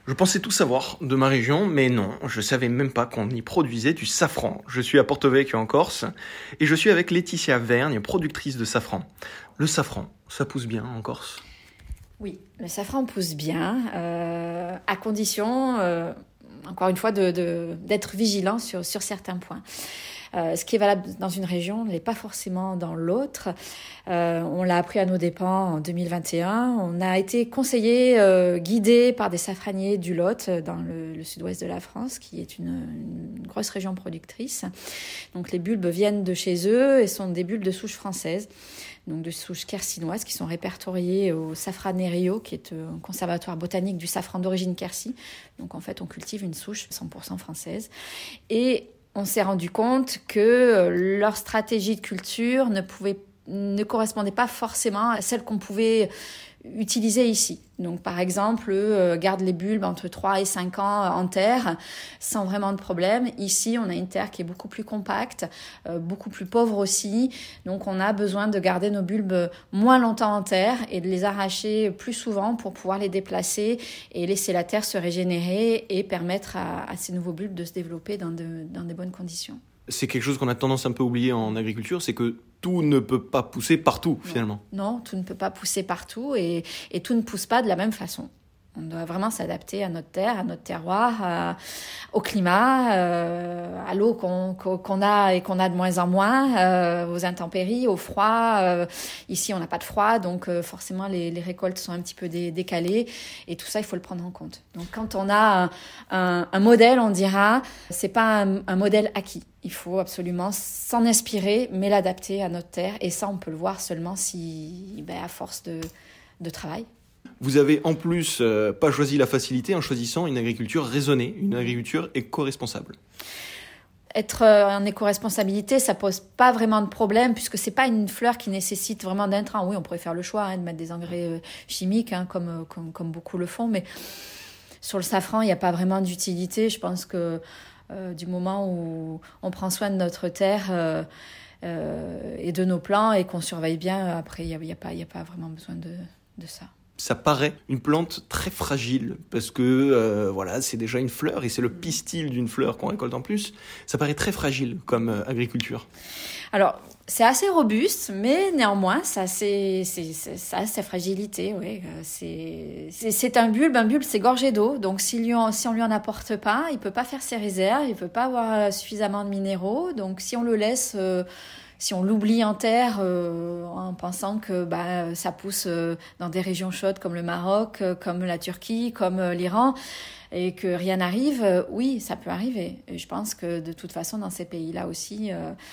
Je pensais tout savoir de ma région, mais non, je savais même pas qu'on y produisait du safran. Je suis à Porto Vecchio en Corse, et je suis avec Laetitia Vergne, productrice de safran. Le safran, ça pousse bien en Corse? Oui, le safran pousse bien, à condition, encore une fois, d'être vigilant sur certains points. Ce qui est valable dans une région ne l'est pas forcément dans l'autre. On l'a appris à nos dépens en 2021. On a été conseillé, guidé par des safraniers du Lot, dans le sud-ouest de la France, qui est une grosse région productrice. Donc les bulbes viennent de chez eux et sont des bulbes de souche française, donc de souche quercinoise, qui sont répertoriées au Safranerio, qui est un conservatoire botanique du safran d'origine Quercy. Donc en fait, on cultive une souche 100% française. Et on s'est rendu compte que leur stratégie de culture ne correspondait pas forcément à celle qu'on pouvait utiliser ici. Donc par exemple, garde les bulbes entre 3 et 5 ans en terre sans vraiment de problème. Ici, on a une terre qui est beaucoup plus compacte, beaucoup plus pauvre aussi. Donc on a besoin de garder nos bulbes moins longtemps en terre et de les arracher plus souvent pour pouvoir les déplacer et laisser la terre se régénérer et permettre à ces nouveaux bulbes de se développer dans des bonnes conditions. C'est quelque chose qu'on a tendance un peu à oublier en agriculture, c'est que tout ne peut pas pousser partout, finalement. Non, tout ne peut pas pousser partout et tout ne pousse pas de la même façon. On doit vraiment s'adapter à notre terre, à notre terroir, au climat, à l'eau qu'on a et qu'on a de moins en moins, aux intempéries, au froid. Ici, on n'a pas de froid, donc forcément, les récoltes sont un petit peu décalées. Et tout ça, il faut le prendre en compte. Donc, quand on a un modèle, on dira, c'est pas un modèle acquis. Il faut absolument s'en inspirer, mais l'adapter à notre terre. Et ça, on peut le voir seulement à force de travail. Vous avez en plus pas choisi la facilité en choisissant une agriculture raisonnée, une agriculture éco-responsable. Être en éco-responsabilité, ça pose pas vraiment de problème puisque c'est pas une fleur qui nécessite vraiment d'intrants. Oui, on pourrait faire le choix de mettre des engrais chimiques comme beaucoup le font, mais sur le safran, il n'y a pas vraiment d'utilité. Je pense que du moment où on prend soin de notre terre et de nos plants et qu'on surveille bien, après, il n'y a pas vraiment besoin de ça. Ça paraît une plante très fragile parce que c'est déjà une fleur et c'est le pistil d'une fleur qu'on récolte en plus. Ça paraît très fragile comme agriculture. Alors, c'est assez robuste, mais néanmoins, ça a sa fragilité. Oui. C'est un bulbe. Un bulbe, c'est gorgé d'eau. Donc, si on lui en apporte pas, il peut pas faire ses réserves, il peut pas avoir suffisamment de minéraux. Donc, si on le laisse... Si on l'oublie en terre en pensant que ça pousse dans des régions chaudes comme le Maroc, comme la Turquie, comme l'Iran, et que rien n'arrive, oui, ça peut arriver. Et je pense que de toute façon, dans ces pays-là aussi,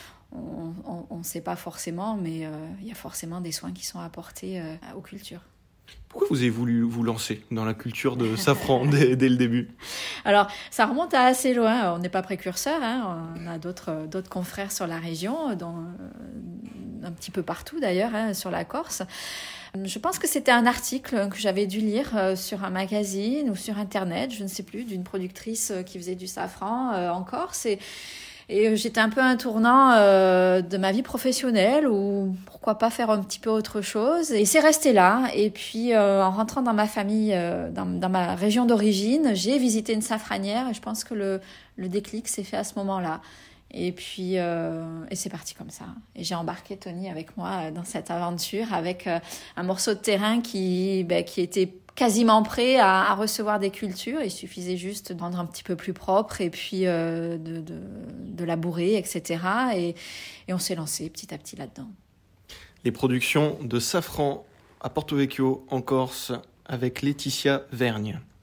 on ne sait pas forcément, mais il y a forcément des soins qui sont apportés aux cultures. Pourquoi vous avez voulu vous lancer dans la culture de safran dès le début? Alors, ça remonte à assez loin. On n'est pas précurseurs. On a d'autres confrères sur la région, un petit peu partout d'ailleurs, sur la Corse. Je pense que c'était un article que j'avais dû lire sur un magazine ou sur Internet, je ne sais plus, d'une productrice qui faisait du safran en Corse. Et j'étais un peu à un tournant de ma vie professionnelle où pourquoi pas faire un petit peu autre chose. Et c'est resté là. Et puis en rentrant dans ma famille, dans ma région d'origine, j'ai visité une safranière et je pense que le déclic s'est fait à ce moment-là. Et puis et c'est parti comme ça. Et j'ai embarqué Tony avec moi dans cette aventure avec un morceau de terrain qui était quasiment prêt à recevoir des cultures. Il suffisait juste de rendre un petit peu plus propre et puis de labourer, etc. Et on s'est lancé petit à petit là-dedans. Les productions de safran à Porto Vecchio en Corse avec Laetitia Vergne.